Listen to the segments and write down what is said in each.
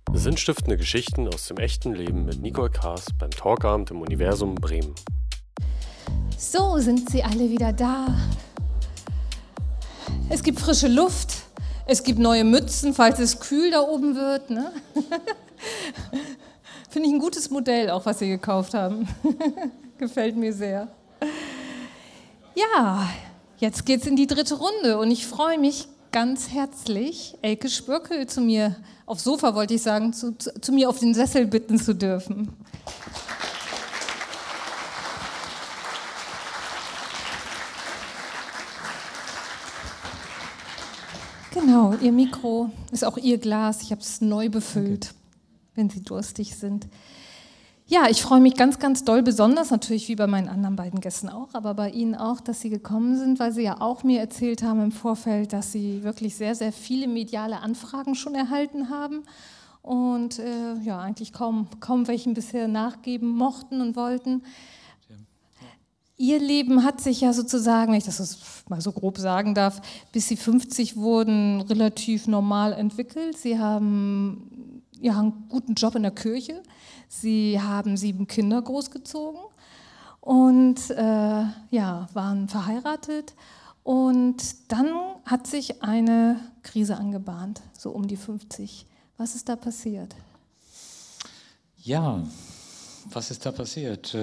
Sinnstiftende Geschichten aus dem echten Leben mit Nicole Kaas beim Talkabend im Universum Bremen. So sind sie alle wieder da. Es gibt frische Luft, es gibt neue Mützen, falls es kühl da oben wird. Ne? Finde ich ein gutes Modell, auch was Sie gekauft haben. Gefällt mir sehr. Ja, jetzt geht's in die dritte Runde und ich freue mich ganz herzlich, Elke Spürkel zu mir, aufs Sofa wollte ich sagen, zu mir auf den Sessel bitten zu dürfen. Genau, Ihr Mikro ist auch Ihr Glas. Ich habe es neu befüllt, wenn Sie durstig sind. Ja, ich freue mich ganz, ganz doll, besonders natürlich wie bei meinen anderen beiden Gästen auch, aber bei Ihnen auch, dass Sie gekommen sind, weil Sie ja auch mir erzählt haben im Vorfeld, dass Sie wirklich sehr, sehr viele mediale Anfragen schon erhalten haben und ja, eigentlich kaum welchen bisher nachgeben mochten und wollten. Ihr Leben hat sich ja sozusagen, wenn ich das mal so grob sagen darf, bis Sie 50 wurden, relativ normal entwickelt. Sie haben ja einen guten Job in der Kirche. Sie haben 7 Kinder großgezogen und ja, waren verheiratet. Und dann hat sich eine Krise angebahnt, so um die 50. Was ist da passiert? Ja, was ist da passiert?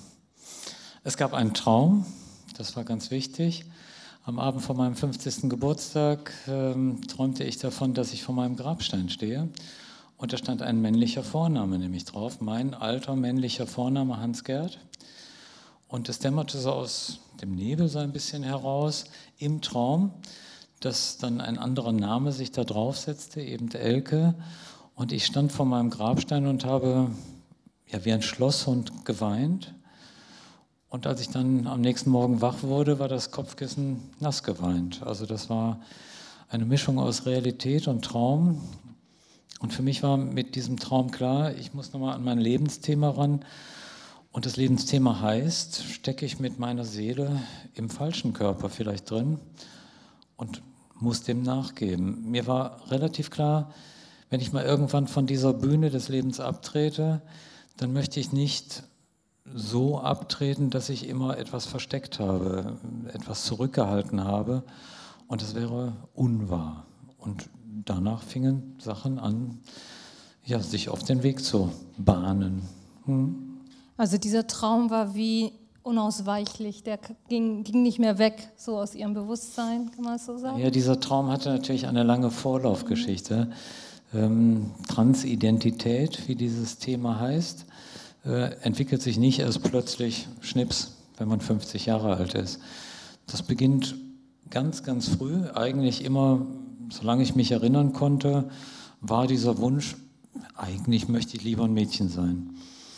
Es gab einen Traum, das war ganz wichtig. Am Abend vor meinem 50. Geburtstag träumte ich davon, dass ich vor meinem Grabstein stehe. Und da stand ein männlicher Vorname nämlich drauf, mein alter männlicher Vorname Hans-Gerd. Und es dämmerte so aus dem Nebel so ein bisschen heraus im Traum, dass dann ein anderer Name sich da draufsetzte, eben Elke. Und ich stand vor meinem Grabstein und habe ja wie ein Schlosshund geweint. Und als ich dann am nächsten Morgen wach wurde, war das Kopfkissen nass geweint. Also das war eine Mischung aus Realität und Traum. Und für mich war mit diesem Traum klar, ich muss nochmal an mein Lebensthema ran. Und das Lebensthema heißt, stecke ich mit meiner Seele im falschen Körper vielleicht drin und muss dem nachgeben. Mir war relativ klar, wenn ich mal irgendwann von dieser Bühne des Lebens abtrete, dann möchte ich nicht so abtreten, dass ich immer etwas versteckt habe, etwas zurückgehalten habe. Und das wäre unwahr. Und danach fingen Sachen an, ja, sich auf den Weg zu bahnen. Also dieser Traum war wie unausweichlich, der ging nicht mehr weg, so aus Ihrem Bewusstsein, kann man das so sagen? Ja, dieser Traum hatte natürlich eine lange Vorlaufgeschichte. Transidentität, wie dieses Thema heißt, entwickelt sich nicht erst plötzlich Schnips, wenn man 50 Jahre alt ist. Das beginnt ganz, ganz früh, eigentlich immer, solange ich mich erinnern konnte, war dieser Wunsch, eigentlich möchte ich lieber ein Mädchen sein.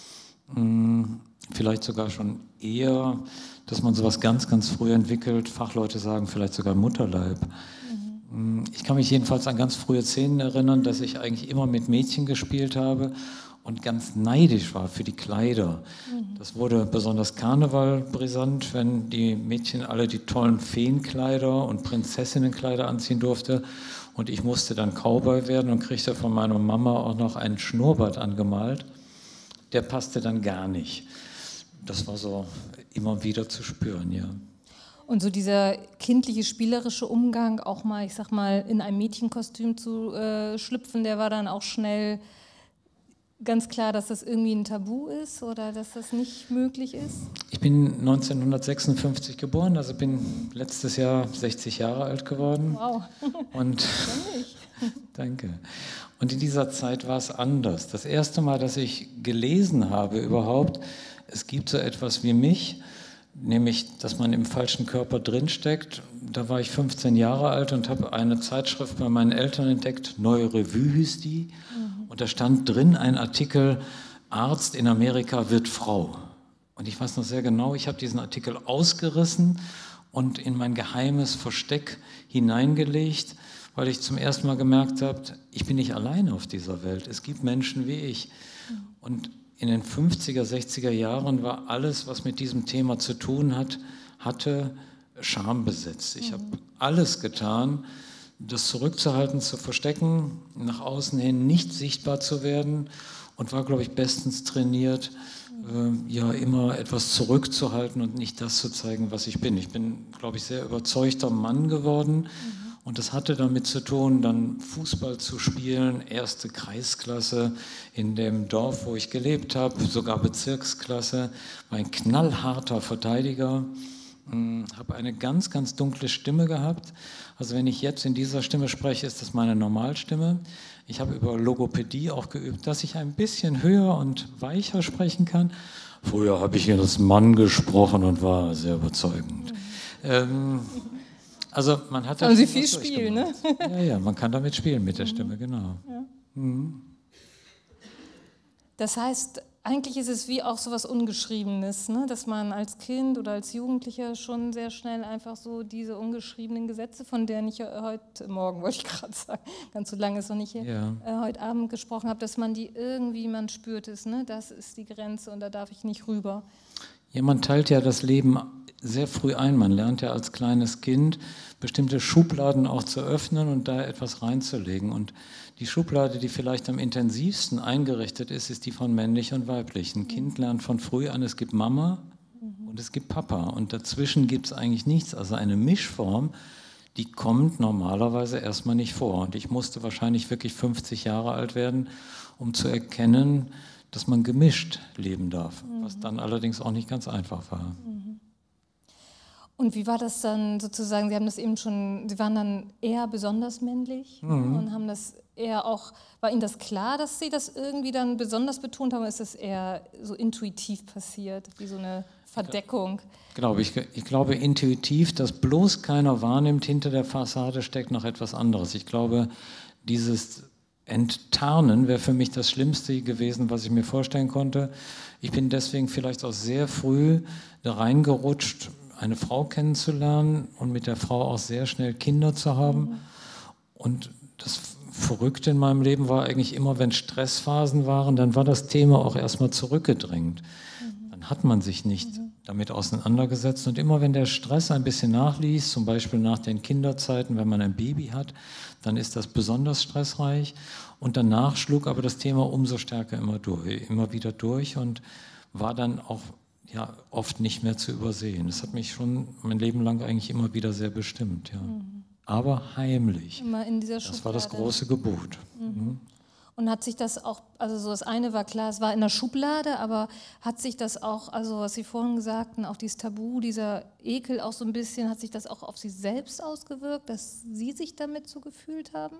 Vielleicht sogar schon eher, dass man sowas ganz, ganz früh entwickelt. Fachleute sagen vielleicht sogar Mutterleib. Ich kann mich jedenfalls an ganz frühe Szenen erinnern, dass ich eigentlich immer mit Mädchen gespielt habe und ganz neidisch war für die Kleider. Das wurde besonders Karneval brisant, wenn die Mädchen alle die tollen Feenkleider und Prinzessinnenkleider anziehen durfte. Und ich musste dann Cowboy werden und kriegte von meiner Mama auch noch einen Schnurrbart angemalt. Der passte dann gar nicht. Das war so immer wieder zu spüren, ja. Und so dieser kindliche, spielerische Umgang, auch mal, ich sag mal, in ein Mädchenkostüm zu schlüpfen, der war dann auch schnell ganz klar, dass das irgendwie ein Tabu ist oder dass das nicht möglich ist? Ich bin 1956 geboren, also bin letztes Jahr 60 Jahre alt geworden. Wow. Und danke. Und in dieser Zeit war es anders. Das erste Mal, dass ich gelesen habe überhaupt, es gibt so etwas wie mich, nämlich, dass man im falschen Körper drinsteckt. Da war ich 15 Jahre alt und habe eine Zeitschrift bei meinen Eltern entdeckt, Neue Revue hieß die. Und da stand drin ein Artikel, Arzt in Amerika wird Frau. Und ich weiß noch sehr genau, ich habe diesen Artikel ausgerissen und in mein geheimes Versteck hineingelegt, weil ich zum ersten Mal gemerkt habe, ich bin nicht alleine auf dieser Welt. Es gibt Menschen wie ich. Und in den 50er, 60er Jahren war alles, was mit diesem Thema zu tun hatte, schambesetzt. Ich habe alles getan, das zurückzuhalten, zu verstecken, nach außen hin nicht sichtbar zu werden und war, glaube ich, bestens trainiert, ja immer etwas zurückzuhalten und nicht das zu zeigen, was ich bin. Ich bin, glaube ich, sehr überzeugter Mann geworden und das hatte damit zu tun, dann Fußball zu spielen, erste Kreisklasse in dem Dorf, wo ich gelebt habe, sogar Bezirksklasse, war ein knallharter Verteidiger. Habe eine ganz, ganz dunkle Stimme gehabt. Also wenn ich jetzt in dieser Stimme spreche, ist das meine Normalstimme. Ich habe über Logopädie auch geübt, dass ich ein bisschen höher und weicher sprechen kann. Früher habe ich als Mann gesprochen und war sehr überzeugend. Also man hat haben Sie viel Spiel, ne? Ja, man kann damit spielen mit der Stimme, genau. Ja. Das heißt, eigentlich ist es wie auch so was Ungeschriebenes, ne? Dass man als Kind oder als Jugendlicher schon sehr schnell einfach so diese ungeschriebenen Gesetze, von denen ich heute Morgen, wollte ich gerade sagen, ganz so lange ist noch nicht hier, heute Abend gesprochen habe, dass man die irgendwie, man spürt es, ne? Das ist die Grenze und da darf ich nicht rüber. Ja, man teilt ja das Leben sehr früh ein. Man lernt ja als kleines Kind bestimmte Schubladen auch zu öffnen und da etwas reinzulegen. Und die Schublade, die vielleicht am intensivsten eingerichtet ist, ist die von männlich und weiblich. Ein Kind lernt von früh an, es gibt Mama und es gibt Papa. Und dazwischen gibt es eigentlich nichts. Also eine Mischform, die kommt normalerweise erstmal nicht vor. Und ich musste wahrscheinlich wirklich 50 Jahre alt werden, um zu erkennen, dass man gemischt leben darf. Was dann allerdings auch nicht ganz einfach war. Und wie war das dann sozusagen, Sie haben das eben schon, Sie waren dann eher besonders männlich und haben das eher auch, war Ihnen das klar, dass Sie das irgendwie dann besonders betont haben, oder ist das eher so intuitiv passiert, wie so eine Verdeckung? Ich glaube intuitiv, dass bloß keiner wahrnimmt, hinter der Fassade steckt noch etwas anderes. Ich glaube, dieses Enttarnen wäre für mich das Schlimmste gewesen, was ich mir vorstellen konnte. Ich bin deswegen vielleicht auch sehr früh da reingerutscht, eine Frau kennenzulernen und mit der Frau auch sehr schnell Kinder zu haben. Und das Verrückte in meinem Leben war eigentlich immer, wenn Stressphasen waren, dann war das Thema auch erstmal zurückgedrängt. Dann hat man sich nicht damit auseinandergesetzt. Und immer wenn der Stress ein bisschen nachließ, zum Beispiel nach den Kinderzeiten, wenn man ein Baby hat, dann ist das besonders stressreich. Und danach schlug aber das Thema umso stärker immer wieder durch und war dann auch oft nicht mehr zu übersehen. Das hat mich schon mein Leben lang eigentlich immer wieder sehr bestimmt. Ja. Aber heimlich. Immer in dieser Schublade. Das war das große Gebot. Und hat sich das auch, also so das eine war klar, es war in der Schublade, aber hat sich das auch, also was Sie vorhin sagten, auch dieses Tabu, dieser Ekel auch so ein bisschen, hat sich das auch auf Sie selbst ausgewirkt, dass Sie sich damit so gefühlt haben?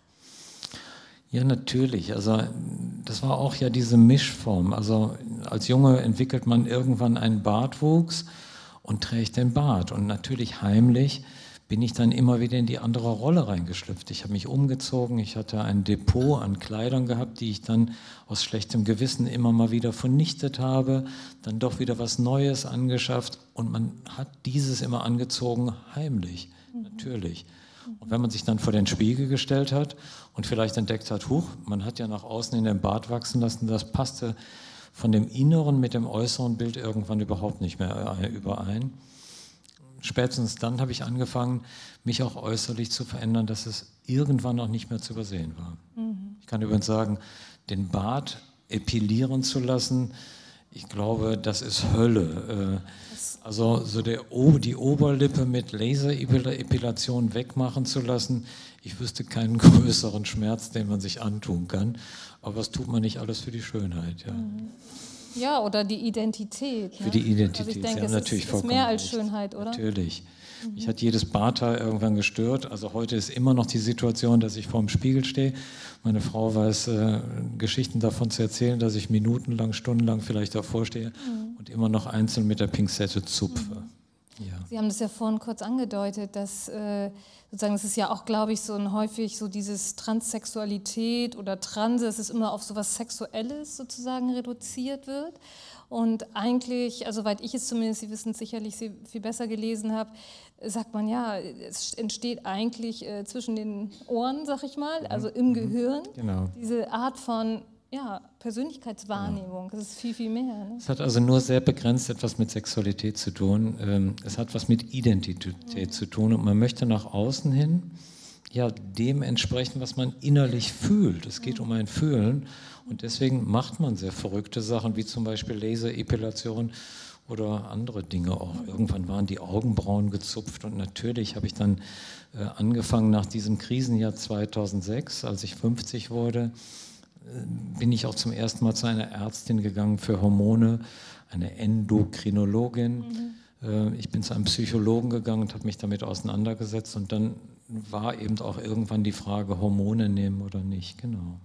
Ja, natürlich. Also das war auch ja diese Mischform. Also als Junge entwickelt man irgendwann einen Bartwuchs und trägt den Bart. Und natürlich heimlich bin ich dann immer wieder in die andere Rolle reingeschlüpft. Ich habe mich umgezogen, ich hatte ein Depot an Kleidern gehabt, die ich dann aus schlechtem Gewissen immer mal wieder vernichtet habe, dann doch wieder was Neues angeschafft und man hat dieses immer angezogen, heimlich, natürlich. Und wenn man sich dann vor den Spiegel gestellt hat und vielleicht entdeckt hat, man hat ja nach außen in den Bart wachsen lassen, das passte von dem Inneren mit dem äußeren Bild irgendwann überhaupt nicht mehr überein. Spätestens dann habe ich angefangen, mich auch äußerlich zu verändern, dass es irgendwann auch nicht mehr zu übersehen war. Ich kann übrigens sagen, den Bart epilieren zu lassen, ich glaube, das ist Hölle. Also so die Oberlippe mit Laserepilation wegmachen zu lassen, ich wüsste keinen größeren Schmerz, den man sich antun kann. Aber was tut man nicht alles für die Schönheit? Ja. Ja, oder die Identität. Für die Identität, also ich denke, Sie haben natürlich ist mehr als Schönheit, oder? Natürlich. Mich hat jedes Barthaar irgendwann gestört. Also heute ist immer noch die Situation, dass ich vor dem Spiegel stehe. Meine Frau weiß Geschichten davon zu erzählen, dass ich minutenlang, stundenlang vielleicht davor stehe und immer noch einzeln mit der Pinzette zupfe. Ja. Sie haben das ja vorhin kurz angedeutet, dass sozusagen, es ist ja auch, glaube ich, so ein häufig so dieses Transsexualität oder Transe, dass es immer auf so was Sexuelles sozusagen reduziert wird. Und eigentlich, also soweit ich es zumindest, Sie wissen es sicherlich viel besser gelesen habe, sagt man ja, es entsteht eigentlich zwischen den Ohren, sag ich mal, also im Gehirn, genau. Diese Art von Persönlichkeitswahrnehmung, das ist viel, viel mehr. Ne? Es hat also nur sehr begrenzt etwas mit Sexualität zu tun. Es hat was mit Identität zu tun und man möchte nach außen hin ja dementsprechend, was man innerlich fühlt. Es geht um ein Fühlen und deswegen macht man sehr verrückte Sachen, wie zum Beispiel Laserepilation oder andere Dinge auch. Irgendwann waren die Augenbrauen gezupft und natürlich habe ich dann angefangen nach diesem Krisenjahr 2006, als ich 50 wurde, bin ich auch zum ersten Mal zu einer Ärztin gegangen für Hormone, eine Endokrinologin. Ich bin zu einem Psychologen gegangen und habe mich damit auseinandergesetzt und dann war eben auch irgendwann die Frage, Hormone nehmen oder nicht, genau.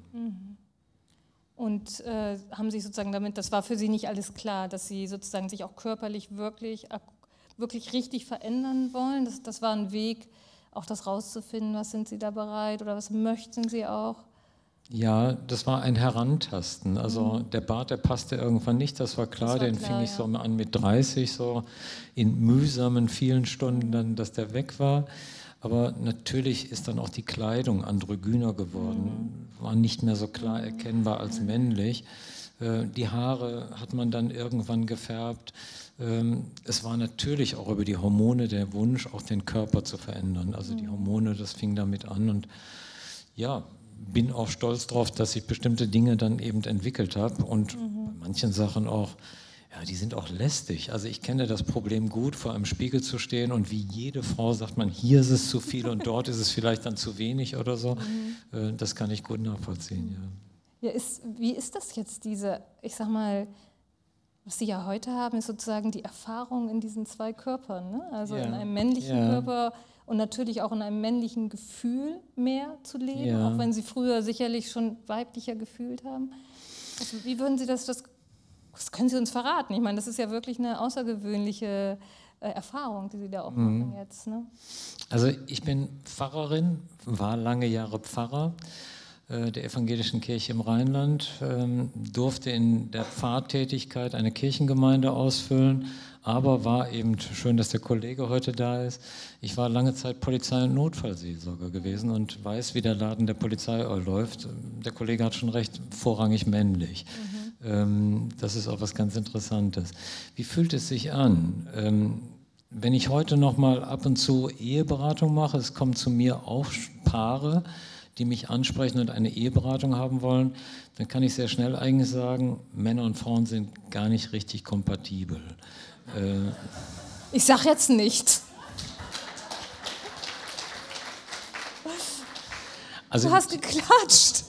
Und haben Sie sozusagen damit, das war für Sie nicht alles klar, dass Sie sozusagen sich auch körperlich wirklich richtig verändern wollen? Das war ein Weg, auch das rauszufinden, was sind Sie da bereit oder was möchten Sie auch? Ja, das war ein Herantasten. Also der Bart, der passte irgendwann nicht, das war klar. Den fing ich so an mit 30, so in mühsamen vielen Stunden dann, dass der weg war. Aber natürlich ist dann auch die Kleidung androgyner geworden, war nicht mehr so klar erkennbar als männlich. Die Haare hat man dann irgendwann gefärbt. Es war natürlich auch über die Hormone der Wunsch, auch den Körper zu verändern. Also die Hormone, das fing damit an und ja, bin auch stolz drauf, dass ich bestimmte Dinge dann eben entwickelt habe und bei manchen Sachen auch, ja, die sind auch lästig. Also ich kenne das Problem gut, vor einem Spiegel zu stehen und wie jede Frau sagt man, hier ist es zu viel und dort ist es vielleicht dann zu wenig oder so. Das kann ich gut nachvollziehen, ja. Ja, wie ist das jetzt, ich sag mal, was Sie ja heute haben, ist sozusagen die Erfahrung in diesen zwei Körpern, ne? Also in einem männlichen Körper und natürlich auch in einem männlichen Gefühl mehr zu leben, auch wenn Sie früher sicherlich schon weiblicher gefühlt haben. Also wie würden Sie das können Sie uns verraten? Ich meine, das ist ja wirklich eine außergewöhnliche Erfahrung, die Sie da auch machen jetzt. Ne? Also ich bin Pfarrerin, war lange Jahre Pfarrer der Evangelischen Kirche im Rheinland, durfte in der Pfarrtätigkeit eine Kirchengemeinde ausfüllen, aber war eben, schön, dass der Kollege heute da ist, ich war lange Zeit Polizei- und Notfallseelsorger gewesen und weiß, wie der Laden der Polizei läuft. Der Kollege hat schon recht, vorrangig männlich. Das ist auch was ganz Interessantes. Wie fühlt es sich an? Wenn ich heute noch mal ab und zu Eheberatung mache, es kommen zu mir auch Paare, die mich ansprechen und eine Eheberatung haben wollen, dann kann ich sehr schnell eigentlich sagen, Männer und Frauen sind gar nicht richtig kompatibel. Ich sag jetzt nichts. Also, du hast geklatscht.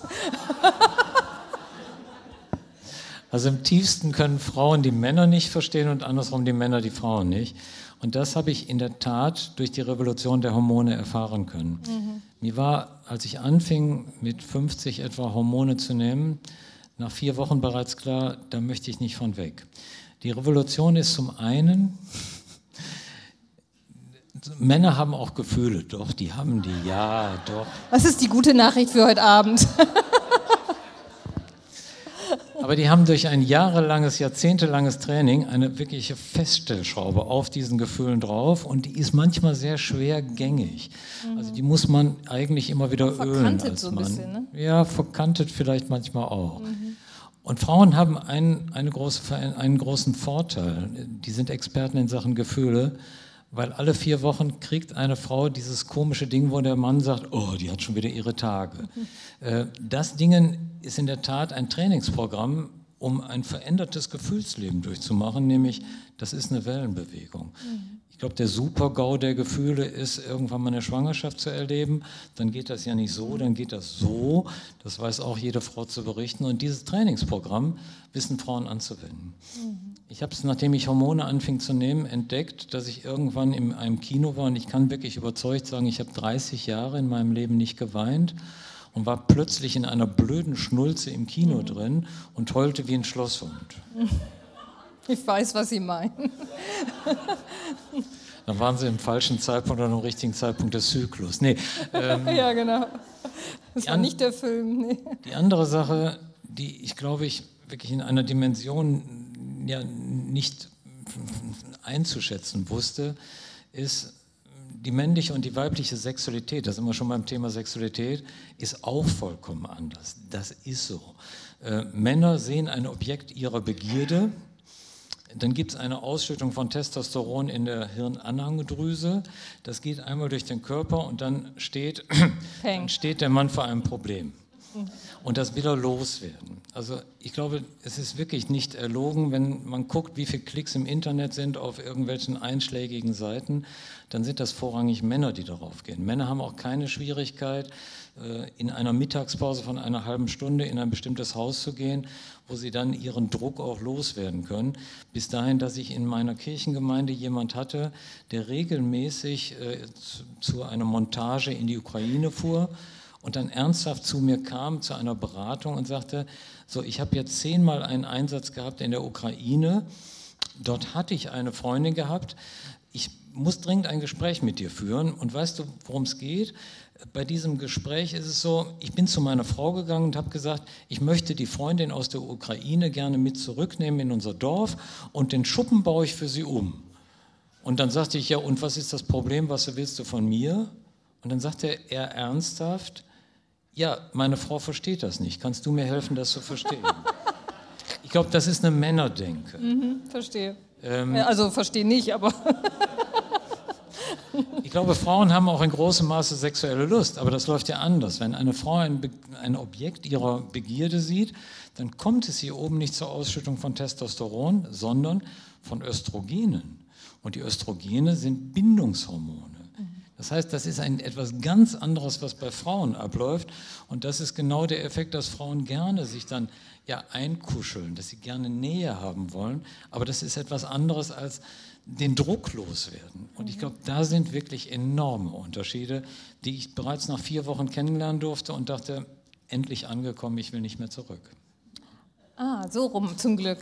Also im tiefsten können Frauen die Männer nicht verstehen und andersrum die Männer die Frauen nicht. Und das habe ich in der Tat durch die Revolution der Hormone erfahren können. Mir war, als ich anfing, mit 50 etwa Hormone zu nehmen, nach 4 Wochen bereits klar, da möchte ich nicht von weg. Die Revolution ist zum einen, Männer haben auch Gefühle, doch, die haben die, ja, doch. Was ist die gute Nachricht für heute Abend? Aber die haben durch ein jahrelanges, jahrzehntelanges Training eine wirkliche Feststellschraube auf diesen Gefühlen drauf und die ist manchmal sehr schwer gängig. Also die muss man eigentlich immer wieder ölen als so ein Mann. Bisschen, ne? Ja, verkantet vielleicht manchmal auch. Und Frauen haben einen großen Vorteil. Die sind Experten in Sachen Gefühle, weil alle 4 Wochen kriegt eine Frau dieses komische Ding, wo der Mann sagt, oh, die hat schon wieder ihre Tage. Das Ding ist in der Tat ein Trainingsprogramm, um ein verändertes Gefühlsleben durchzumachen, nämlich das ist eine Wellenbewegung. Ich glaube, der Super-GAU der Gefühle ist, irgendwann mal eine Schwangerschaft zu erleben, dann geht das ja nicht so, dann geht das so, das weiß auch jede Frau zu berichten und dieses Trainingsprogramm wissen Frauen anzuwenden. Ich habe es, nachdem ich Hormone anfing zu nehmen, entdeckt, dass ich irgendwann in einem Kino war und ich kann wirklich überzeugt sagen, ich habe 30 Jahre in meinem Leben nicht geweint und war plötzlich in einer blöden Schnulze im Kino drin und heulte wie ein Schlosshund. Ich weiß, was Sie meinen. Dann waren Sie im falschen Zeitpunkt oder im richtigen Zeitpunkt des Zyklus. Nee, ja, genau. Das war nicht der Film. Nee. Die andere Sache, die ich glaube ich wirklich in einer Dimension ja nicht einzuschätzen wusste, ist die männliche und die weibliche Sexualität, da sind wir schon beim Thema Sexualität, ist auch vollkommen anders. Das ist so. Männer sehen ein Objekt ihrer Begierde, Dann gibt es eine Ausschüttung von Testosteron in der Hirnanhangdrüse. Das geht einmal durch den Körper und dann steht der Mann vor einem Problem. Und das will er loswerden. Also ich glaube, es ist wirklich nicht erlogen, wenn man guckt, wie viele Klicks im Internet sind auf irgendwelchen einschlägigen Seiten, dann sind das vorrangig Männer, die darauf gehen. Männer haben auch keine Schwierigkeit, in einer Mittagspause von einer halben Stunde in ein bestimmtes Haus zu gehen, wo sie dann ihren Druck auch loswerden können. Bis dahin, dass ich in meiner Kirchengemeinde jemand hatte, der regelmäßig zu einer Montage in die Ukraine fuhr und dann ernsthaft zu mir kam, zu einer Beratung und sagte, so, ich habe jetzt 10-mal einen Einsatz gehabt in der Ukraine, dort hatte ich eine Freundin gehabt, ich muss dringend ein Gespräch mit dir führen und weißt du, worum es geht? Bei diesem Gespräch ist es so, ich bin zu meiner Frau gegangen und habe gesagt, ich möchte die Freundin aus der Ukraine gerne mit zurücknehmen in unser Dorf und den Schuppen baue ich für sie um. Und dann sagte ich, ja, und was ist das Problem, was willst du von mir? Und dann sagte er ernsthaft, ja, meine Frau versteht das nicht, kannst du mir helfen, das zu verstehen? Ich glaube, das ist eine Männerdenke. Verstehe. Also verstehe nicht, aber... Ich glaube, Frauen haben auch in großem Maße sexuelle Lust, aber das läuft ja anders. Wenn eine Frau ein Objekt ihrer Begierde sieht, dann kommt es hier oben nicht zur Ausschüttung von Testosteron, sondern von Östrogenen. Und die Östrogene sind Bindungshormone. Das heißt, das ist etwas ganz anderes, was bei Frauen abläuft. Und das ist genau der Effekt, dass Frauen gerne sich dann einkuscheln, dass sie gerne Nähe haben wollen. Aber das ist etwas anderes als den Druck loswerden. Und ich glaube, da sind wirklich enorme Unterschiede, die ich bereits nach 4 Wochen kennenlernen durfte und dachte, endlich angekommen, ich will nicht mehr zurück. Ah, so rum, zum Glück.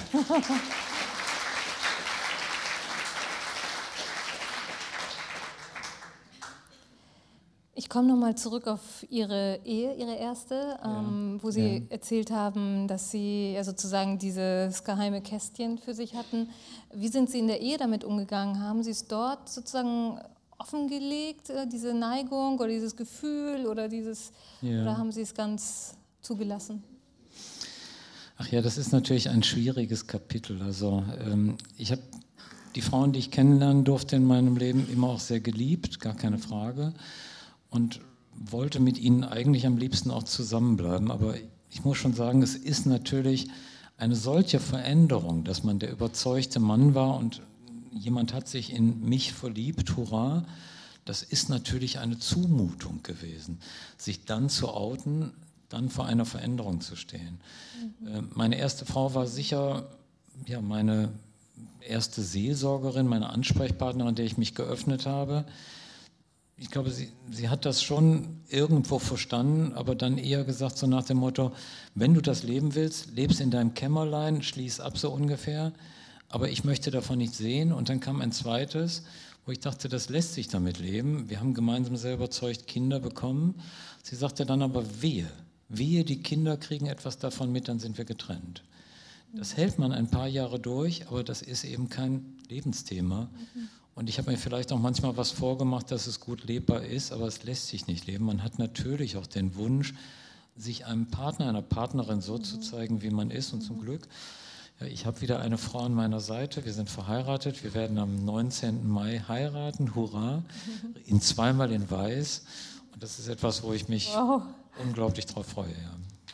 Ich komme nochmal zurück auf Ihre Ehe, Ihre erste, wo Sie erzählt haben, dass Sie ja sozusagen dieses geheime Kästchen für sich hatten. Wie sind Sie in der Ehe damit umgegangen? Haben Sie es dort sozusagen offengelegt, diese Neigung oder dieses Gefühl oder oder haben Sie es ganz zugelassen? Ach ja, das ist natürlich ein schwieriges Kapitel. Also ich habe die Frauen, die ich kennenlernen durfte in meinem Leben, immer auch sehr geliebt, gar keine Frage. Und wollte mit ihnen eigentlich am liebsten auch zusammenbleiben. Aber ich muss schon sagen, es ist natürlich eine solche Veränderung, dass man der überzeugte Mann war und jemand hat sich in mich verliebt, hurra. Das ist natürlich eine Zumutung gewesen, sich dann zu outen, dann vor einer Veränderung zu stehen. Meine erste Frau war sicher meine erste Seelsorgerin, meine Ansprechpartnerin, der ich mich geöffnet habe. Ich glaube, sie hat das schon irgendwo verstanden, aber dann eher gesagt so nach dem Motto, wenn du das leben willst, lebst in deinem Kämmerlein, schließ ab so ungefähr, aber ich möchte davon nicht sehen. Und dann kam ein zweites, wo ich dachte, das lässt sich damit leben. Wir haben gemeinsam sehr überzeugt Kinder bekommen. Sie sagte dann aber, wehe, die Kinder kriegen etwas davon mit, dann sind wir getrennt. Das hält man ein paar Jahre durch, aber das ist eben kein Lebensthema. Und ich habe mir vielleicht auch manchmal was vorgemacht, dass es gut lebbar ist, aber es lässt sich nicht leben. Man hat natürlich auch den Wunsch, sich einem Partner, einer Partnerin so zu zeigen, wie man ist. Und zum Glück, ich habe wieder eine Frau an meiner Seite. Wir sind verheiratet. Wir werden am 19. Mai heiraten. Hurra! In 2-mal in Weiß. Und das ist etwas, wo ich mich unglaublich drauf freue. Ja.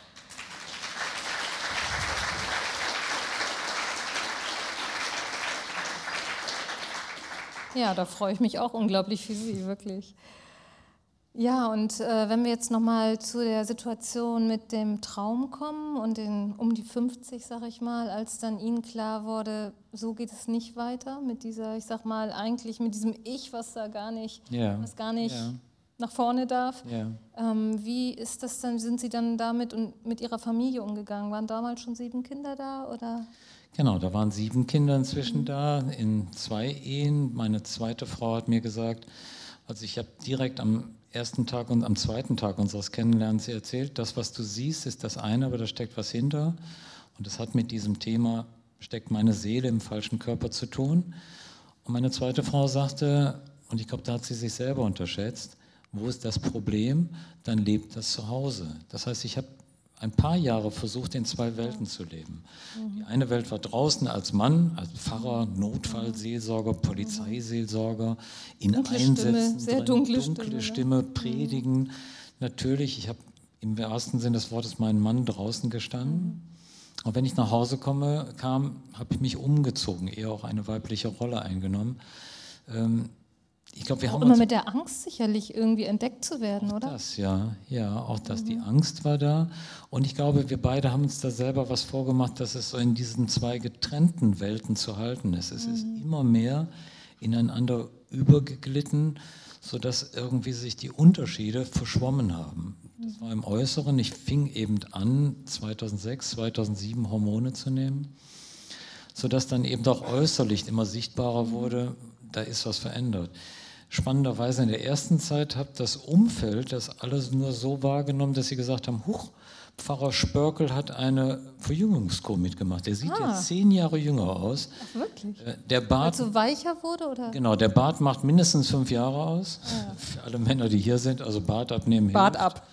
Ja, da freue ich mich auch unglaublich für Sie, wirklich. Ja, und wenn wir jetzt nochmal zu der Situation mit dem Traum kommen und um die 50, sag ich mal, als dann Ihnen klar wurde, so geht es nicht weiter mit dieser, ich sag mal, eigentlich mit diesem Ich, was da gar nicht nach vorne darf. Ja. Wie ist das dann, sind Sie dann damit und mit Ihrer Familie umgegangen? Waren damals schon 7 Kinder da, oder? Genau, da waren 7 Kinder inzwischen da, in 2 Ehen. Meine zweite Frau hat mir gesagt, also ich habe direkt am ersten Tag und am zweiten Tag unseres Kennenlernens erzählt, das, was du siehst, ist das eine, aber da steckt was hinter. Und das hat mit diesem Thema, steckt meine Seele im falschen Körper zu tun. Und meine zweite Frau sagte, und ich glaube, da hat sie sich selber unterschätzt, wo ist das Problem? Dann lebt das zu Hause. Das heißt, ich habe ein paar Jahre versucht, in zwei Welten zu leben. Die eine Welt war draußen als Mann, als Pfarrer, Notfallseelsorger, Polizeiseelsorger, in dunkle Einsätzen, Stimme, sehr dunkle dunkle Stimme, Stimme, predigen. Natürlich, ich habe im wahrsten Sinne des Wortes meinen Mann draußen gestanden. Und wenn ich nach Hause kam, habe ich mich umgezogen, eher auch eine weibliche Rolle eingenommen. Ich glaube, wir auch haben immer uns mit der Angst sicherlich irgendwie entdeckt zu werden, oder? das, ja, auch das, die Angst war da. Und ich glaube, wir beide haben uns da selber was vorgemacht, dass es so in diesen zwei getrennten Welten zu halten ist. Es ist immer mehr ineinander übergeglitten, sodass irgendwie sich die Unterschiede verschwommen haben. Das war im Äußeren. Ich fing eben an, 2006, 2007 Hormone zu nehmen, sodass dann eben auch äußerlich immer sichtbarer wurde, da ist was verändert. Spannenderweise in der ersten Zeit hat das Umfeld das alles nur so wahrgenommen, dass sie gesagt haben, huch, Pfarrer Spörkel hat eine Verjüngungskur mitgemacht. Der sieht jetzt 10 Jahre jünger aus. Ach, wirklich? Der Bart, Weil es so weicher wurde, oder? genau, der Bart macht mindestens 5 Jahre aus. Für alle Männer, die hier sind, also Bart abnehmen hilft. Bart ab.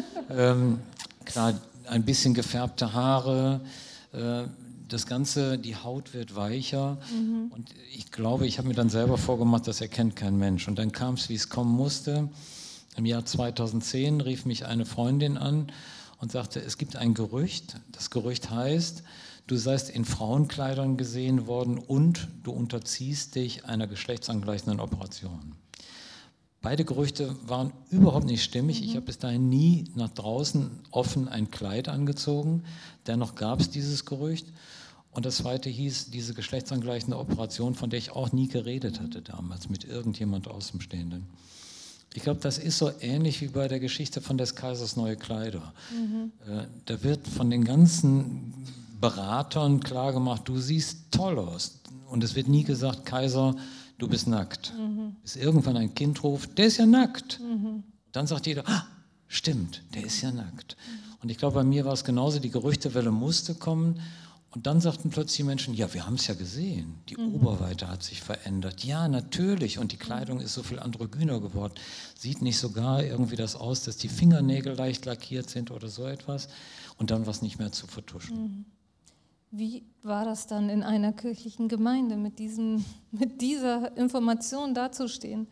Klar, ein bisschen gefärbte Haare, das Ganze, die Haut wird weicher und ich glaube, ich habe mir dann selber vorgemacht, das erkennt kein Mensch. Und dann kam es, wie es kommen musste. Im Jahr 2010 rief mich eine Freundin an und sagte, es gibt ein Gerücht. Das Gerücht heißt, du seist in Frauenkleidern gesehen worden und du unterziehst dich einer geschlechtsangleichenden Operation. Beide Gerüchte waren überhaupt nicht stimmig. Ich habe bis dahin nie nach draußen offen ein Kleid angezogen. Dennoch gab es dieses Gerücht. Und das zweite hieß, diese geschlechtsangleichende Operation, von der ich auch nie geredet hatte damals mit irgendjemand Außenstehenden. Ich glaube, das ist so ähnlich wie bei der Geschichte von des Kaisers neue Kleider. Da wird von den ganzen Beratern klargemacht, du siehst toll aus. Und es wird nie gesagt, Kaiser, du bist nackt. Bis irgendwann ein Kind ruft, der ist ja nackt. Dann sagt jeder, ah, stimmt, der ist ja nackt. Und ich glaube, bei mir war es genauso, die Gerüchtewelle musste kommen. Und dann sagten plötzlich die Menschen, ja, wir haben es ja gesehen, die Oberweite hat sich verändert. Ja, natürlich, und die Kleidung ist so viel androgyner geworden. Sieht nicht sogar irgendwie das aus, dass die Fingernägel leicht lackiert sind oder so etwas und dann was nicht mehr zu vertuschen. Wie war das dann in einer kirchlichen Gemeinde, mit dieser Information dazustehen?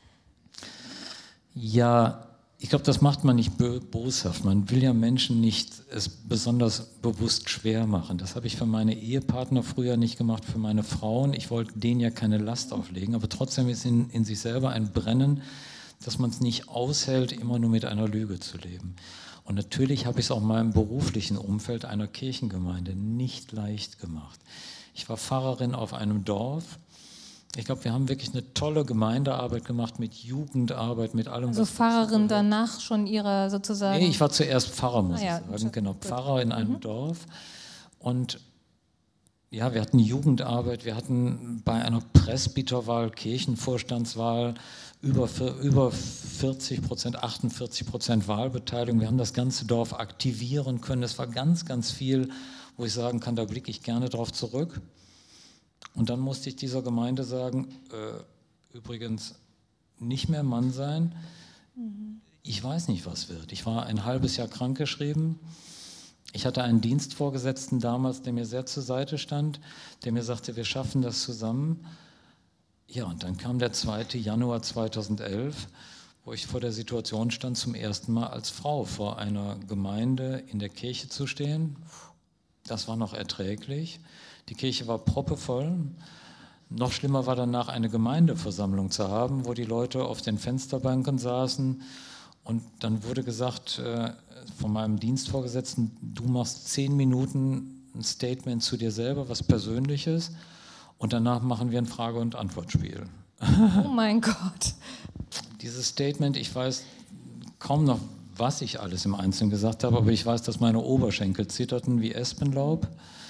Ja, ich glaube, das macht man nicht boshaft. Man will ja Menschen nicht es besonders bewusst schwer machen. Das habe ich für meine Ehepartner früher nicht gemacht, für meine Frauen. Ich wollte denen ja keine Last auflegen, aber trotzdem ist in sich selber ein Brennen, dass man es nicht aushält, immer nur mit einer Lüge zu leben. Und natürlich habe ich es auch in meinem beruflichen Umfeld einer Kirchengemeinde nicht leicht gemacht. Ich war Pfarrerin auf einem Dorf. Ich glaube, wir haben wirklich eine tolle Gemeindearbeit gemacht mit Jugendarbeit, mit allem. Also Pfarrerin danach schon ihrer sozusagen... Nee, ich war zuerst Pfarrer, muss ich sagen. Gut. Genau, Pfarrer in einem Dorf. Und ja, wir hatten Jugendarbeit, wir hatten bei einer Presbyterwahl, Kirchenvorstandswahl über 40%, 48% Wahlbeteiligung. Wir haben das ganze Dorf aktivieren können. Es war ganz, ganz viel, wo ich sagen kann, da blicke ich gerne drauf zurück. Und dann musste ich dieser Gemeinde sagen, übrigens nicht mehr Mann sein, ich weiß nicht, was wird. Ich war ein halbes Jahr krankgeschrieben. Ich hatte einen Dienstvorgesetzten damals, der mir sehr zur Seite stand, der mir sagte, wir schaffen das zusammen. Ja, und dann kam der 2. Januar 2011, wo ich vor der Situation stand, zum ersten Mal als Frau vor einer Gemeinde in der Kirche zu stehen. Das war noch erträglich. Die Kirche war proppevoll. Noch schlimmer war danach eine Gemeindeversammlung zu haben, wo die Leute auf den Fensterbanken saßen. Und dann wurde gesagt von meinem Dienstvorgesetzten, du machst 10 Minuten ein Statement zu dir selber, was Persönliches. Und danach machen wir ein Frage- und Antwortspiel. Oh mein Gott. Dieses Statement, ich weiß kaum noch, was ich alles im Einzelnen gesagt habe, aber ich weiß, dass meine Oberschenkel zitterten wie Espenlaub.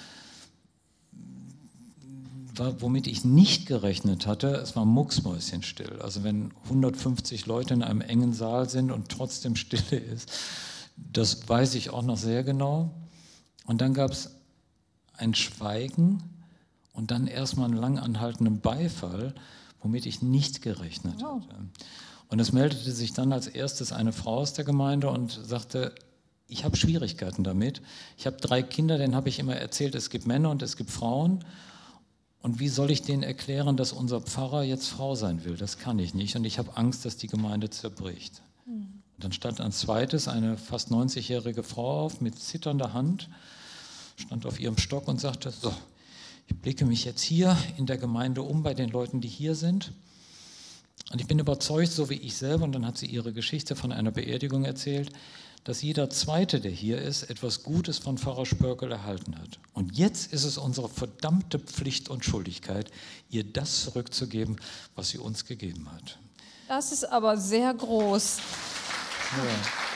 Womit ich nicht gerechnet hatte, es war mucksmäuschenstill. Also wenn 150 Leute in einem engen Saal sind und trotzdem Stille ist, das weiß ich auch noch sehr genau. Und dann gab es ein Schweigen und dann erstmal einen lang anhaltenden Beifall, womit ich nicht gerechnet hatte. Und es meldete sich dann als erstes eine Frau aus der Gemeinde und sagte, ich habe Schwierigkeiten damit. Ich habe 3 Kinder, denen habe ich immer erzählt, es gibt Männer und es gibt Frauen. Und wie soll ich denen erklären, dass unser Pfarrer jetzt Frau sein will? Das kann ich nicht. Und ich habe Angst, dass die Gemeinde zerbricht. Und dann stand als zweites eine fast 90-jährige Frau auf mit zitternder Hand, stand auf ihrem Stock und sagte, so, ich blicke mich jetzt hier in der Gemeinde um bei den Leuten, die hier sind. Und ich bin überzeugt, so wie ich selber, und dann hat sie ihre Geschichte von einer Beerdigung erzählt, dass jeder Zweite, der hier ist, etwas Gutes von Pfarrer Spörkel erhalten hat. Und jetzt ist es unsere verdammte Pflicht und Schuldigkeit, ihr das zurückzugeben, was sie uns gegeben hat. Das ist aber sehr groß. Ja.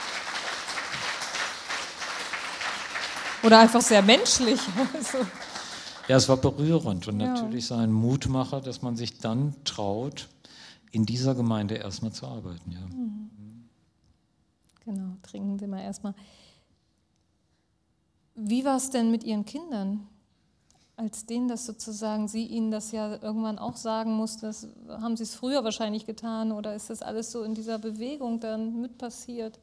Oder einfach sehr menschlich. Ja, es war berührend und Ja. natürlich so ein Mutmacher, dass man sich dann traut, in dieser Gemeinde erstmal zu arbeiten. Ja. Genau, trinken Sie mal erstmal. Wie war es denn mit Ihren Kindern? Als denen das sozusagen, Sie ihnen das ja irgendwann auch sagen mussten, haben Sie es früher wahrscheinlich getan oder ist das alles so in dieser Bewegung dann mit passiert?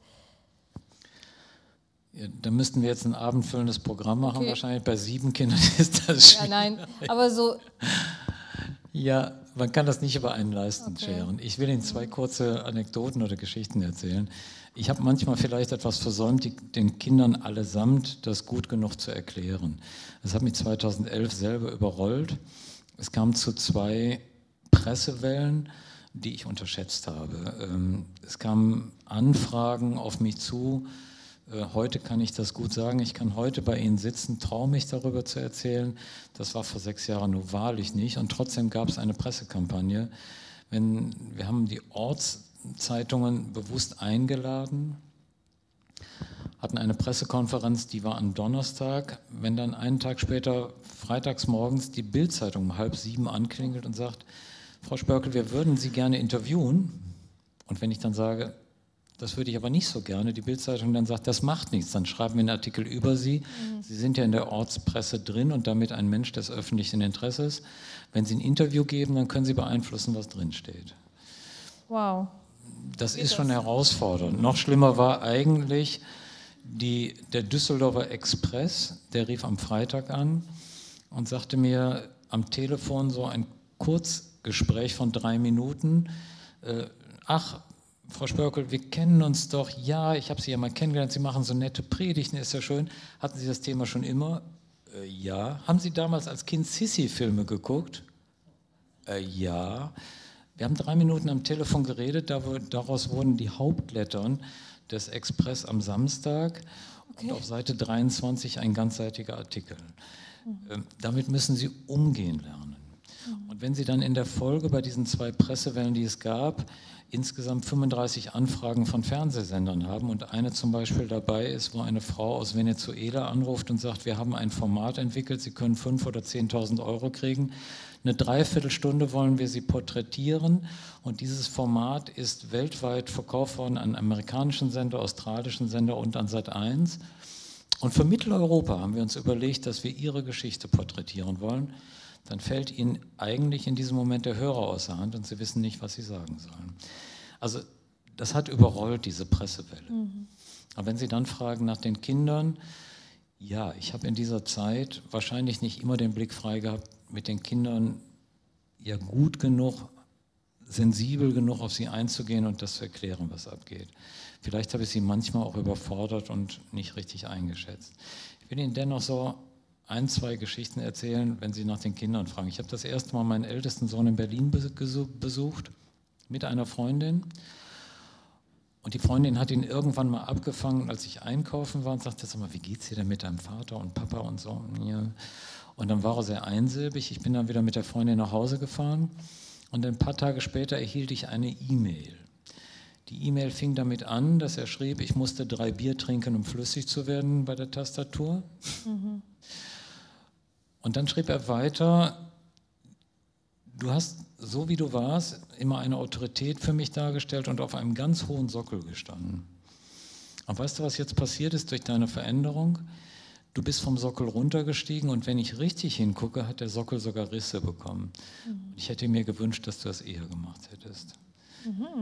Ja, da müssten wir jetzt ein abendfüllendes Programm machen, Okay. wahrscheinlich bei 7 Kindern ist das Ja, schwierig. nein, aber so, Ja, man kann das nicht über einen Leisten Okay. scheren. Ich will Ihnen 2 kurze Anekdoten oder Geschichten erzählen. Ich habe manchmal vielleicht etwas versäumt, den Kindern allesamt das gut genug zu erklären. Das hat mich 2011 selber überrollt. Es kam zu 2 Pressewellen, die ich unterschätzt habe. Es kamen Anfragen auf mich zu. Heute kann ich das gut sagen. Ich kann heute bei Ihnen sitzen, traue mich darüber zu erzählen. Das war vor 6 Jahren nur wahrlich nicht. Und trotzdem gab es eine Pressekampagne. Wir haben die Ortszeitungen bewusst eingeladen, hatten eine Pressekonferenz, die war am Donnerstag. Wenn dann einen Tag später, freitags morgens, die Bild-Zeitung um 6:30 anklingelt und sagt, Frau Spörkel, wir würden Sie gerne interviewen. Und wenn ich dann sage, das würde ich aber nicht so gerne, die Bild-Zeitung dann sagt, das macht nichts, dann schreiben wir einen Artikel über Sie. Sie sind ja in der Ortspresse drin und damit ein Mensch des öffentlichen Interesses. Wenn Sie ein Interview geben, dann können Sie beeinflussen, was drinsteht. wow. Das Geht ist schon das? herausfordernd. Noch schlimmer war eigentlich der Düsseldorfer Express, der rief am Freitag an und sagte mir am Telefon so ein Kurzgespräch von 3 Minuten. Ach, Frau Spörkel, wir kennen uns doch. Ja, ich habe Sie ja mal kennengelernt. Sie machen so nette Predigten, ist ja schön. Hatten Sie das Thema schon immer? Ja. Haben Sie damals als Kind Sissi-Filme geguckt? Ja. Wir haben 3 Minuten am Telefon geredet. Daraus wurden die Hauptlettern des Express am Samstag. Okay. Und auf Seite 23 ein ganzseitiger Artikel. Damit müssen Sie umgehen lernen. Und wenn Sie dann in der Folge bei diesen 2 Pressewellen, die es gab, insgesamt 35 Anfragen von Fernsehsendern haben und eine zum Beispiel dabei ist, wo eine Frau aus Venezuela anruft und sagt, wir haben ein Format entwickelt, Sie können 5.000 oder 10.000 Euro kriegen. Eine Dreiviertelstunde wollen wir Sie porträtieren und dieses Format ist weltweit verkauft worden an amerikanischen Sender, australischen Sender und an Sat.1. Und für Mitteleuropa haben wir uns überlegt, dass wir Ihre Geschichte porträtieren wollen. Dann fällt Ihnen eigentlich in diesem Moment der Hörer aus der Hand und Sie wissen nicht, was Sie sagen sollen. Also das hat überrollt, diese Pressewelle. Aber wenn Sie dann fragen nach den Kindern, ja, ich habe in dieser Zeit wahrscheinlich nicht immer den Blick frei gehabt, mit den Kindern ja gut genug, sensibel genug auf sie einzugehen und das zu erklären, was abgeht. Vielleicht habe ich sie manchmal auch überfordert und nicht richtig eingeschätzt. Ich will Ihnen dennoch so 1, 2 Geschichten erzählen, wenn Sie nach den Kindern fragen. Ich habe das erste Mal meinen ältesten Sohn in Berlin besucht mit einer Freundin. Und die Freundin hat ihn irgendwann mal abgefangen, als ich einkaufen war und sagte, sag mal, wie geht's dir denn mit deinem Vater und Papa und so? Ja. Und dann war er sehr einsilbig. Ich bin dann wieder mit der Freundin nach Hause gefahren und ein paar Tage später erhielt ich eine E-Mail. Die E-Mail fing damit an, dass er schrieb, ich musste 3 Bier trinken, um flüssig zu werden bei der Tastatur. Und dann schrieb er weiter, du hast, so wie du warst, immer eine Autorität für mich dargestellt und auf einem ganz hohen Sockel gestanden. Und weißt du, was jetzt passiert ist durch deine Veränderung? Du bist vom Sockel runtergestiegen und wenn ich richtig hingucke, hat der Sockel sogar Risse bekommen. Ich hätte mir gewünscht, dass du das eher gemacht hättest.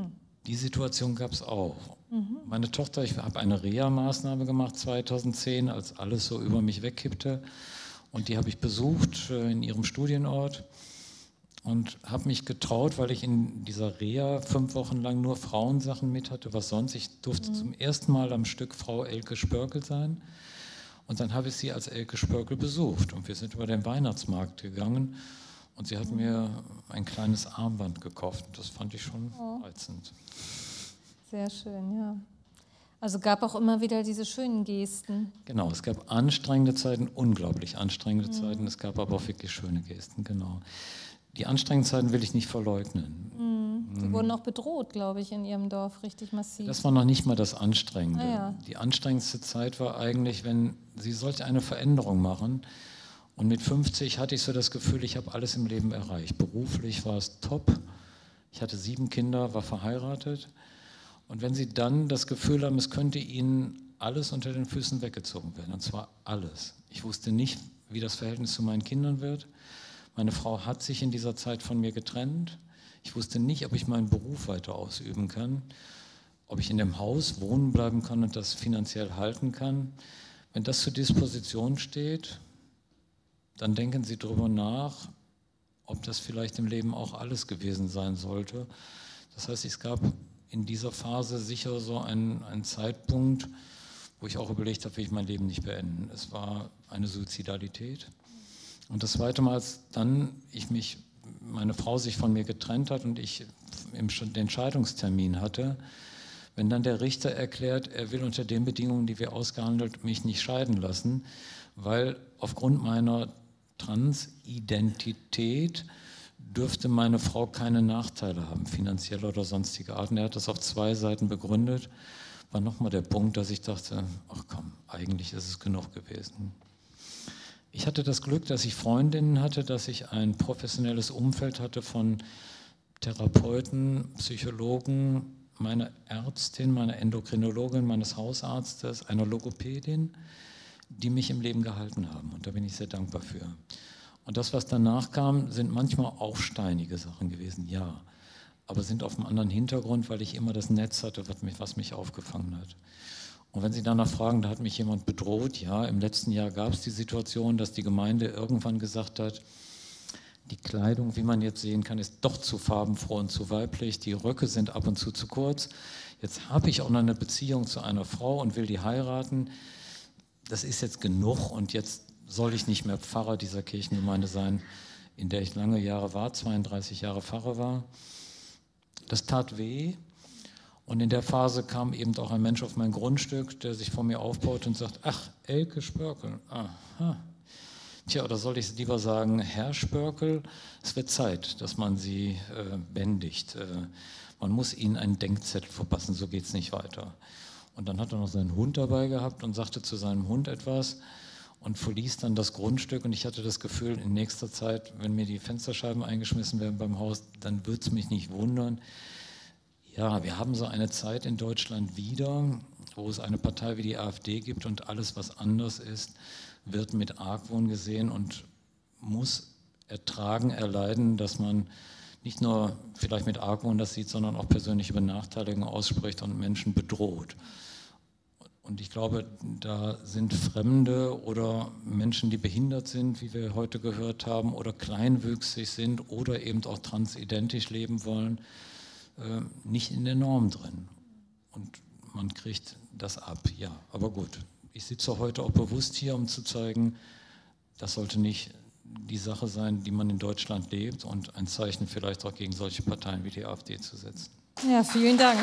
Die Situation gab es auch. Meine Tochter, ich habe eine Reha-Maßnahme gemacht 2010, als alles so über mich wegkippte. Und die habe ich besucht in ihrem Studienort und habe mich getraut, weil ich in dieser Reha 5 Wochen lang nur Frauensachen mit hatte, was sonst. Ich durfte zum ersten Mal am Stück Frau Elke Spörkel sein. Und dann habe ich sie als Elke Spörkel besucht. Und wir sind über den Weihnachtsmarkt gegangen und sie hat mir ein kleines Armband gekauft. Das fand ich schon reizend. Sehr schön, ja. Also gab auch immer wieder diese schönen Gesten. Genau, es gab anstrengende Zeiten, unglaublich anstrengende Zeiten. Es gab aber auch wirklich schöne Gesten, genau. Die anstrengenden Zeiten will ich nicht verleugnen. Sie wurden auch bedroht, glaube ich, in Ihrem Dorf, richtig massiv. Das war noch nicht mal das Anstrengende. Ja. Die anstrengendste Zeit war eigentlich, wenn Sie sollte eine Veränderung machen. Und mit 50 hatte ich so das Gefühl, ich habe alles im Leben erreicht. Beruflich war es top. Ich hatte 7 Kinder, war verheiratet. Und wenn Sie dann das Gefühl haben, es könnte Ihnen alles unter den Füßen weggezogen werden, und zwar alles. Ich wusste nicht, wie das Verhältnis zu meinen Kindern wird. Meine Frau hat sich in dieser Zeit von mir getrennt. Ich wusste nicht, ob ich meinen Beruf weiter ausüben kann, ob ich in dem Haus wohnen bleiben kann und das finanziell halten kann. Wenn das zur Disposition steht, dann denken Sie darüber nach, ob das vielleicht im Leben auch alles gewesen sein sollte. Das heißt, es gab in dieser Phase sicher so einen Zeitpunkt, wo ich auch überlegt habe, will ich mein Leben nicht beenden. Es war eine Suizidalität. Und das zweite Mal, als dann meine Frau sich von mir getrennt hat und ich den Scheidungstermin hatte, wenn dann der Richter erklärt, er will unter den Bedingungen, die wir ausgehandelt, mich nicht scheiden lassen, weil aufgrund meiner Transidentität dürfte meine Frau keine Nachteile haben, finanzielle oder sonstige Arten. Er hat das auf 2 Seiten begründet. War nochmal der Punkt, dass ich dachte, ach komm, eigentlich ist es genug gewesen. Ich hatte das Glück, dass ich Freundinnen hatte, dass ich ein professionelles Umfeld hatte von Therapeuten, Psychologen, meiner Ärztin, meiner Endokrinologin, meines Hausarztes, einer Logopädin, die mich im Leben gehalten haben. Und da bin ich sehr dankbar für. Und das, was danach kam, sind manchmal auch steinige Sachen gewesen, ja. Aber sind auf einem anderen Hintergrund, weil ich immer das Netz hatte, was mich aufgefangen hat. Und wenn Sie danach fragen, da hat mich jemand bedroht, ja, im letzten Jahr gab es die Situation, dass die Gemeinde irgendwann gesagt hat, die Kleidung, wie man jetzt sehen kann, ist doch zu farbenfroh und zu weiblich, die Röcke sind ab und zu kurz. Jetzt habe ich auch noch eine Beziehung zu einer Frau und will die heiraten. Das ist jetzt genug und jetzt soll ich nicht mehr Pfarrer dieser Kirchengemeinde sein, in der ich lange Jahre war, 32 Jahre Pfarrer war. Das tat weh. Und in der Phase kam eben auch ein Mensch auf mein Grundstück, der sich vor mir aufbaut und sagt, ach, Elke Spörkel, aha. Tja, oder soll ich lieber sagen, Herr Spörkel, es wird Zeit, dass man Sie bändigt. Man muss Ihnen einen Denkzettel verpassen, so geht es nicht weiter. Und dann hat er noch seinen Hund dabei gehabt und sagte zu seinem Hund etwas und verließ dann das Grundstück. Und ich hatte das Gefühl, in nächster Zeit, wenn mir die Fensterscheiben eingeschmissen werden beim Haus, dann wird es mich nicht wundern. Ja, wir haben so eine Zeit in Deutschland wieder, wo es eine Partei wie die AfD gibt und alles, was anders ist, wird mit Argwohn gesehen und muss ertragen, erleiden, dass man nicht nur vielleicht mit Argwohn das sieht, sondern auch persönliche Benachteiligungen ausspricht und Menschen bedroht. Und ich glaube, da sind Fremde oder Menschen, die behindert sind, wie wir heute gehört haben, oder kleinwüchsig sind oder eben auch transidentisch leben wollen, nicht in der Norm drin. Und man kriegt das ab, ja, aber gut. Ich sitze heute auch bewusst hier, um zu zeigen, das sollte nicht die Sache sein, die man in Deutschland lebt und ein Zeichen vielleicht auch gegen solche Parteien wie die AfD zu setzen. Ja, vielen Dank.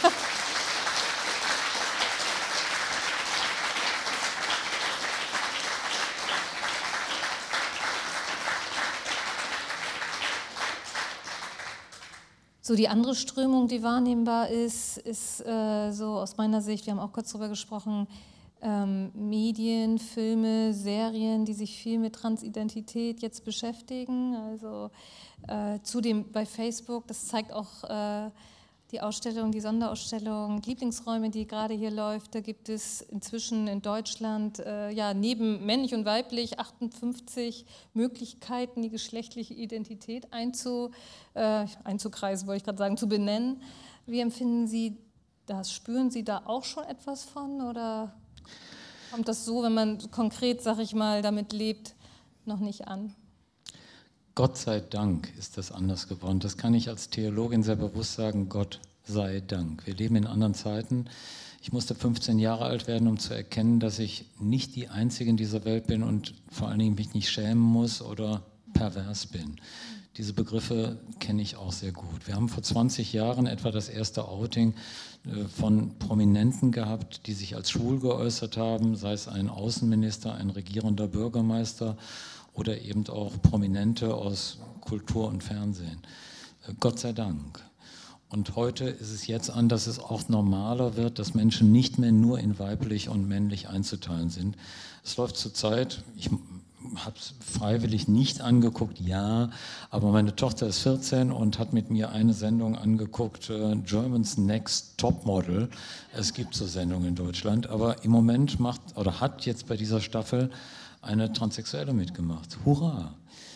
So, die andere Strömung, die wahrnehmbar ist so aus meiner Sicht, wir haben auch kurz darüber gesprochen, Medien, Filme, Serien, die sich viel mit Transidentität jetzt beschäftigen. Also zudem bei Facebook, das zeigt auch die Ausstellung, die Sonderausstellung Lieblingsräume, die gerade hier läuft. Da gibt es inzwischen in Deutschland neben männlich und weiblich 58 Möglichkeiten, die geschlechtliche Identität einzukreisen, wollte ich gerade sagen, zu benennen. Wie empfinden Sie das? Spüren Sie da auch schon etwas von oder kommt das so, wenn man konkret, sag ich mal, damit lebt, noch nicht an? Gott sei Dank ist das anders geworden. Das kann ich als Theologin sehr bewusst sagen, Gott sei Dank. Wir leben in anderen Zeiten. Ich musste 15 Jahre alt werden, um zu erkennen, dass ich nicht die Einzige in dieser Welt bin und vor allen Dingen mich nicht schämen muss oder pervers bin. Diese Begriffe kenne ich auch sehr gut. Wir haben vor 20 Jahren etwa das erste Outing von Prominenten gehabt, die sich als schwul geäußert haben, sei es ein Außenminister, ein regierender Bürgermeister oder eben auch Prominente aus Kultur und Fernsehen. Gott sei Dank. Und heute ist es jetzt an, dass es auch normaler wird, dass Menschen nicht mehr nur in weiblich und männlich einzuteilen sind. Es läuft zurzeit, ich habe es freiwillig nicht angeguckt, ja, aber meine Tochter ist 14 und hat mit mir eine Sendung angeguckt, Germany's Next Topmodel. Es gibt so Sendungen in Deutschland, aber im Moment hat jetzt bei dieser Staffel eine Transsexuelle mitgemacht. Hurra!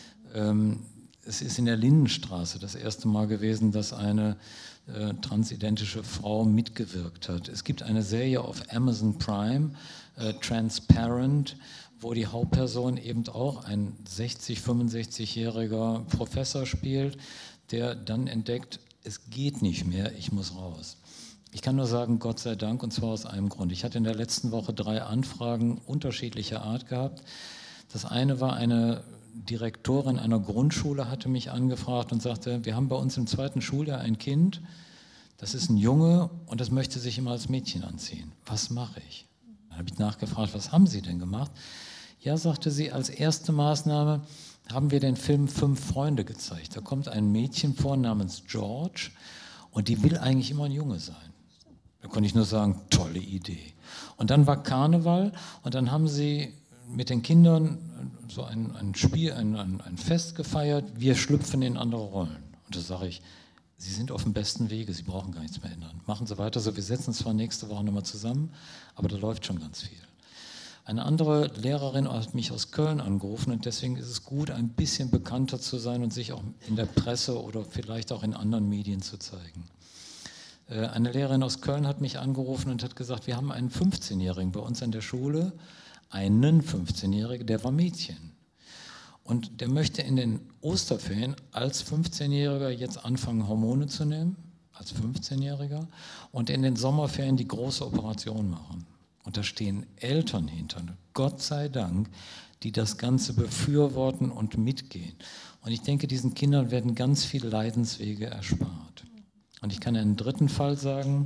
Es ist in der Lindenstraße das erste Mal gewesen, dass eine transidentische Frau mitgewirkt hat. Es gibt eine Serie auf Amazon Prime, Transparent, wo die Hauptperson eben auch ein 65-jähriger Professor spielt, der dann entdeckt, es geht nicht mehr, ich muss raus. Ich kann nur sagen, Gott sei Dank, und zwar aus einem Grund. Ich hatte in der letzten Woche 3 Anfragen unterschiedlicher Art gehabt. Das eine war, eine Direktorin einer Grundschule hatte mich angefragt und sagte, wir haben bei uns im 2. Schuljahr ein Kind, das ist ein Junge und das möchte sich immer als Mädchen anziehen. Was mache ich? Dann habe ich nachgefragt, was haben Sie denn gemacht? Ja, sagte sie, als erste Maßnahme haben wir den Film 5 Freunde gezeigt. Da kommt ein Mädchen vor namens George und die will eigentlich immer ein Junge sein. Da konnte ich nur sagen, tolle Idee. Und dann war Karneval und dann haben sie mit den Kindern so ein Spiel, ein Fest gefeiert, wir schlüpfen in andere Rollen. Und da sage ich, Sie sind auf dem besten Wege, Sie brauchen gar nichts mehr ändern. Machen Sie weiter so, wir setzen zwar nächste Woche nochmal zusammen, aber da läuft schon ganz viel. Eine andere Lehrerin hat mich aus Köln angerufen und deswegen ist es gut, ein bisschen bekannter zu sein und sich auch in der Presse oder vielleicht auch in anderen Medien zu zeigen. Eine Lehrerin aus Köln hat mich angerufen und hat gesagt, wir haben einen 15-Jährigen bei uns an der Schule, einen 15-Jährigen, der war Mädchen. Und der möchte in den Osterferien als 15-Jähriger jetzt anfangen, Hormone zu nehmen, als 15-Jähriger, und in den Sommerferien die große Operation machen. Und da stehen Eltern hinter, Gott sei Dank, die das Ganze befürworten und mitgehen. Und ich denke, diesen Kindern werden ganz viele Leidenswege erspart. Und ich kann einen dritten Fall sagen,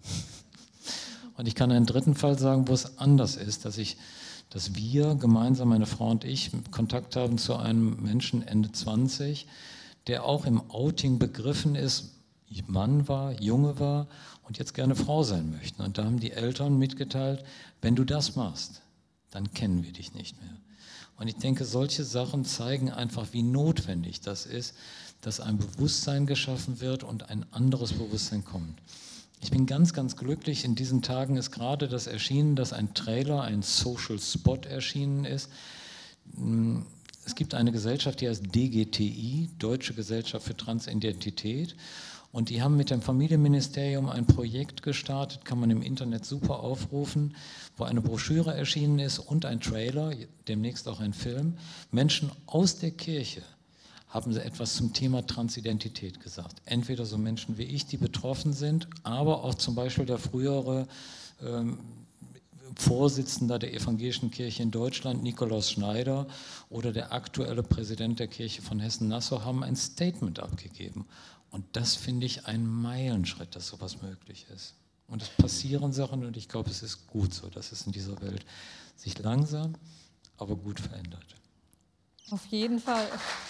wo es anders ist, dass wir gemeinsam, meine Frau und ich, Kontakt haben zu einem Menschen Ende 20, der auch im Outing begriffen ist, Mann war, Junge war und jetzt gerne Frau sein möchte. Und da haben die Eltern mitgeteilt, wenn du das machst, dann kennen wir dich nicht mehr. Und ich denke, solche Sachen zeigen einfach, wie notwendig das ist, dass ein Bewusstsein geschaffen wird und ein anderes Bewusstsein kommt. Ich bin ganz, ganz glücklich. In diesen Tagen ist gerade das erschienen, dass ein Trailer, ein Social Spot erschienen ist. Es gibt eine Gesellschaft, die heißt DGTI, Deutsche Gesellschaft für Transidentität. Und die haben mit dem Familienministerium ein Projekt gestartet, kann man im Internet super aufrufen, wo eine Broschüre erschienen ist und ein Trailer, demnächst auch ein Film. Menschen aus der Kirche haben sie etwas zum Thema Transidentität gesagt. Entweder so Menschen wie ich, die betroffen sind, aber auch zum Beispiel der frühere Vorsitzender der Evangelischen Kirche in Deutschland, Nikolaus Schneider, oder der aktuelle Präsident der Kirche von Hessen-Nassau haben ein Statement abgegeben. Und das finde ich ein Meilenschritt, dass sowas möglich ist. Und es passieren Sachen und ich glaube, es ist gut so, dass es in dieser Welt sich langsam, aber gut verändert. Auf jeden Fall.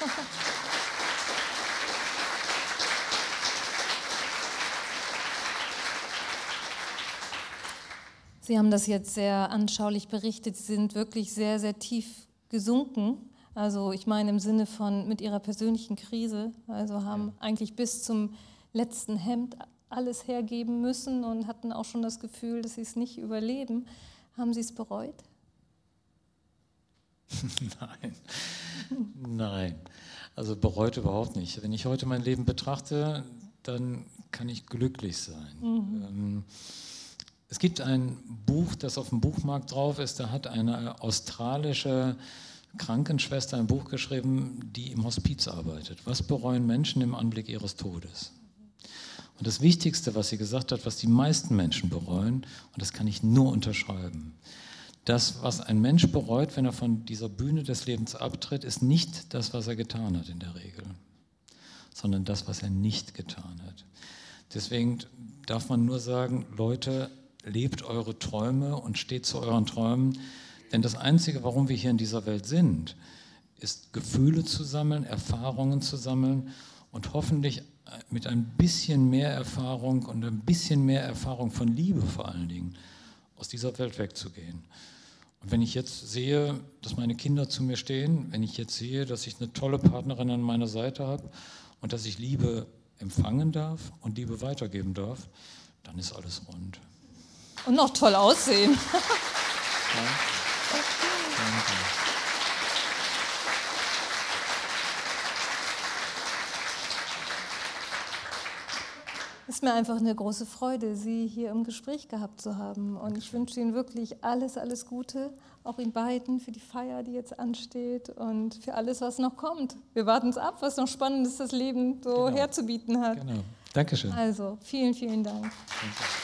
Sie haben das jetzt sehr anschaulich berichtet. Sie sind wirklich sehr, sehr tief gesunken. Also ich meine im Sinne von mit Ihrer persönlichen Krise. Also haben eigentlich bis zum letzten Hemd alles hergeben müssen und hatten auch schon das Gefühl, dass Sie es nicht überleben. Haben Sie es bereut? Nein. Also bereut überhaupt nicht. Wenn ich heute mein Leben betrachte, dann kann ich glücklich sein. Es gibt ein Buch, das auf dem Buchmarkt drauf ist, da hat eine australische Krankenschwester ein Buch geschrieben, die im Hospiz arbeitet. Was bereuen Menschen im Anblick ihres Todes? Und das Wichtigste, was sie gesagt hat, was die meisten Menschen bereuen, und das kann ich nur unterschreiben, das, was ein Mensch bereut, wenn er von dieser Bühne des Lebens abtritt, ist nicht das, was er getan hat in der Regel, sondern das, was er nicht getan hat. Deswegen darf man nur sagen, Leute, lebt eure Träume und steht zu euren Träumen, denn das Einzige, warum wir hier in dieser Welt sind, ist Gefühle zu sammeln, Erfahrungen zu sammeln und hoffentlich mit ein bisschen mehr Erfahrung und ein bisschen mehr Erfahrung von Liebe vor allen Dingen aus dieser Welt wegzugehen. Und wenn ich jetzt sehe, dass meine Kinder zu mir stehen, wenn ich jetzt sehe, dass ich eine tolle Partnerin an meiner Seite habe und dass ich Liebe empfangen darf und Liebe weitergeben darf, dann ist alles rund. Und noch toll aussehen. Ja. Danke. Es ist mir einfach eine große Freude, Sie hier im Gespräch gehabt zu haben. Und ich wünsche Ihnen wirklich alles, alles Gute, auch Ihnen beiden für die Feier, die jetzt ansteht und für alles, was noch kommt. Wir warten es ab, was noch Spannendes das Leben so herzubieten hat. Genau. Dankeschön. Also, vielen, vielen Dank. Danke.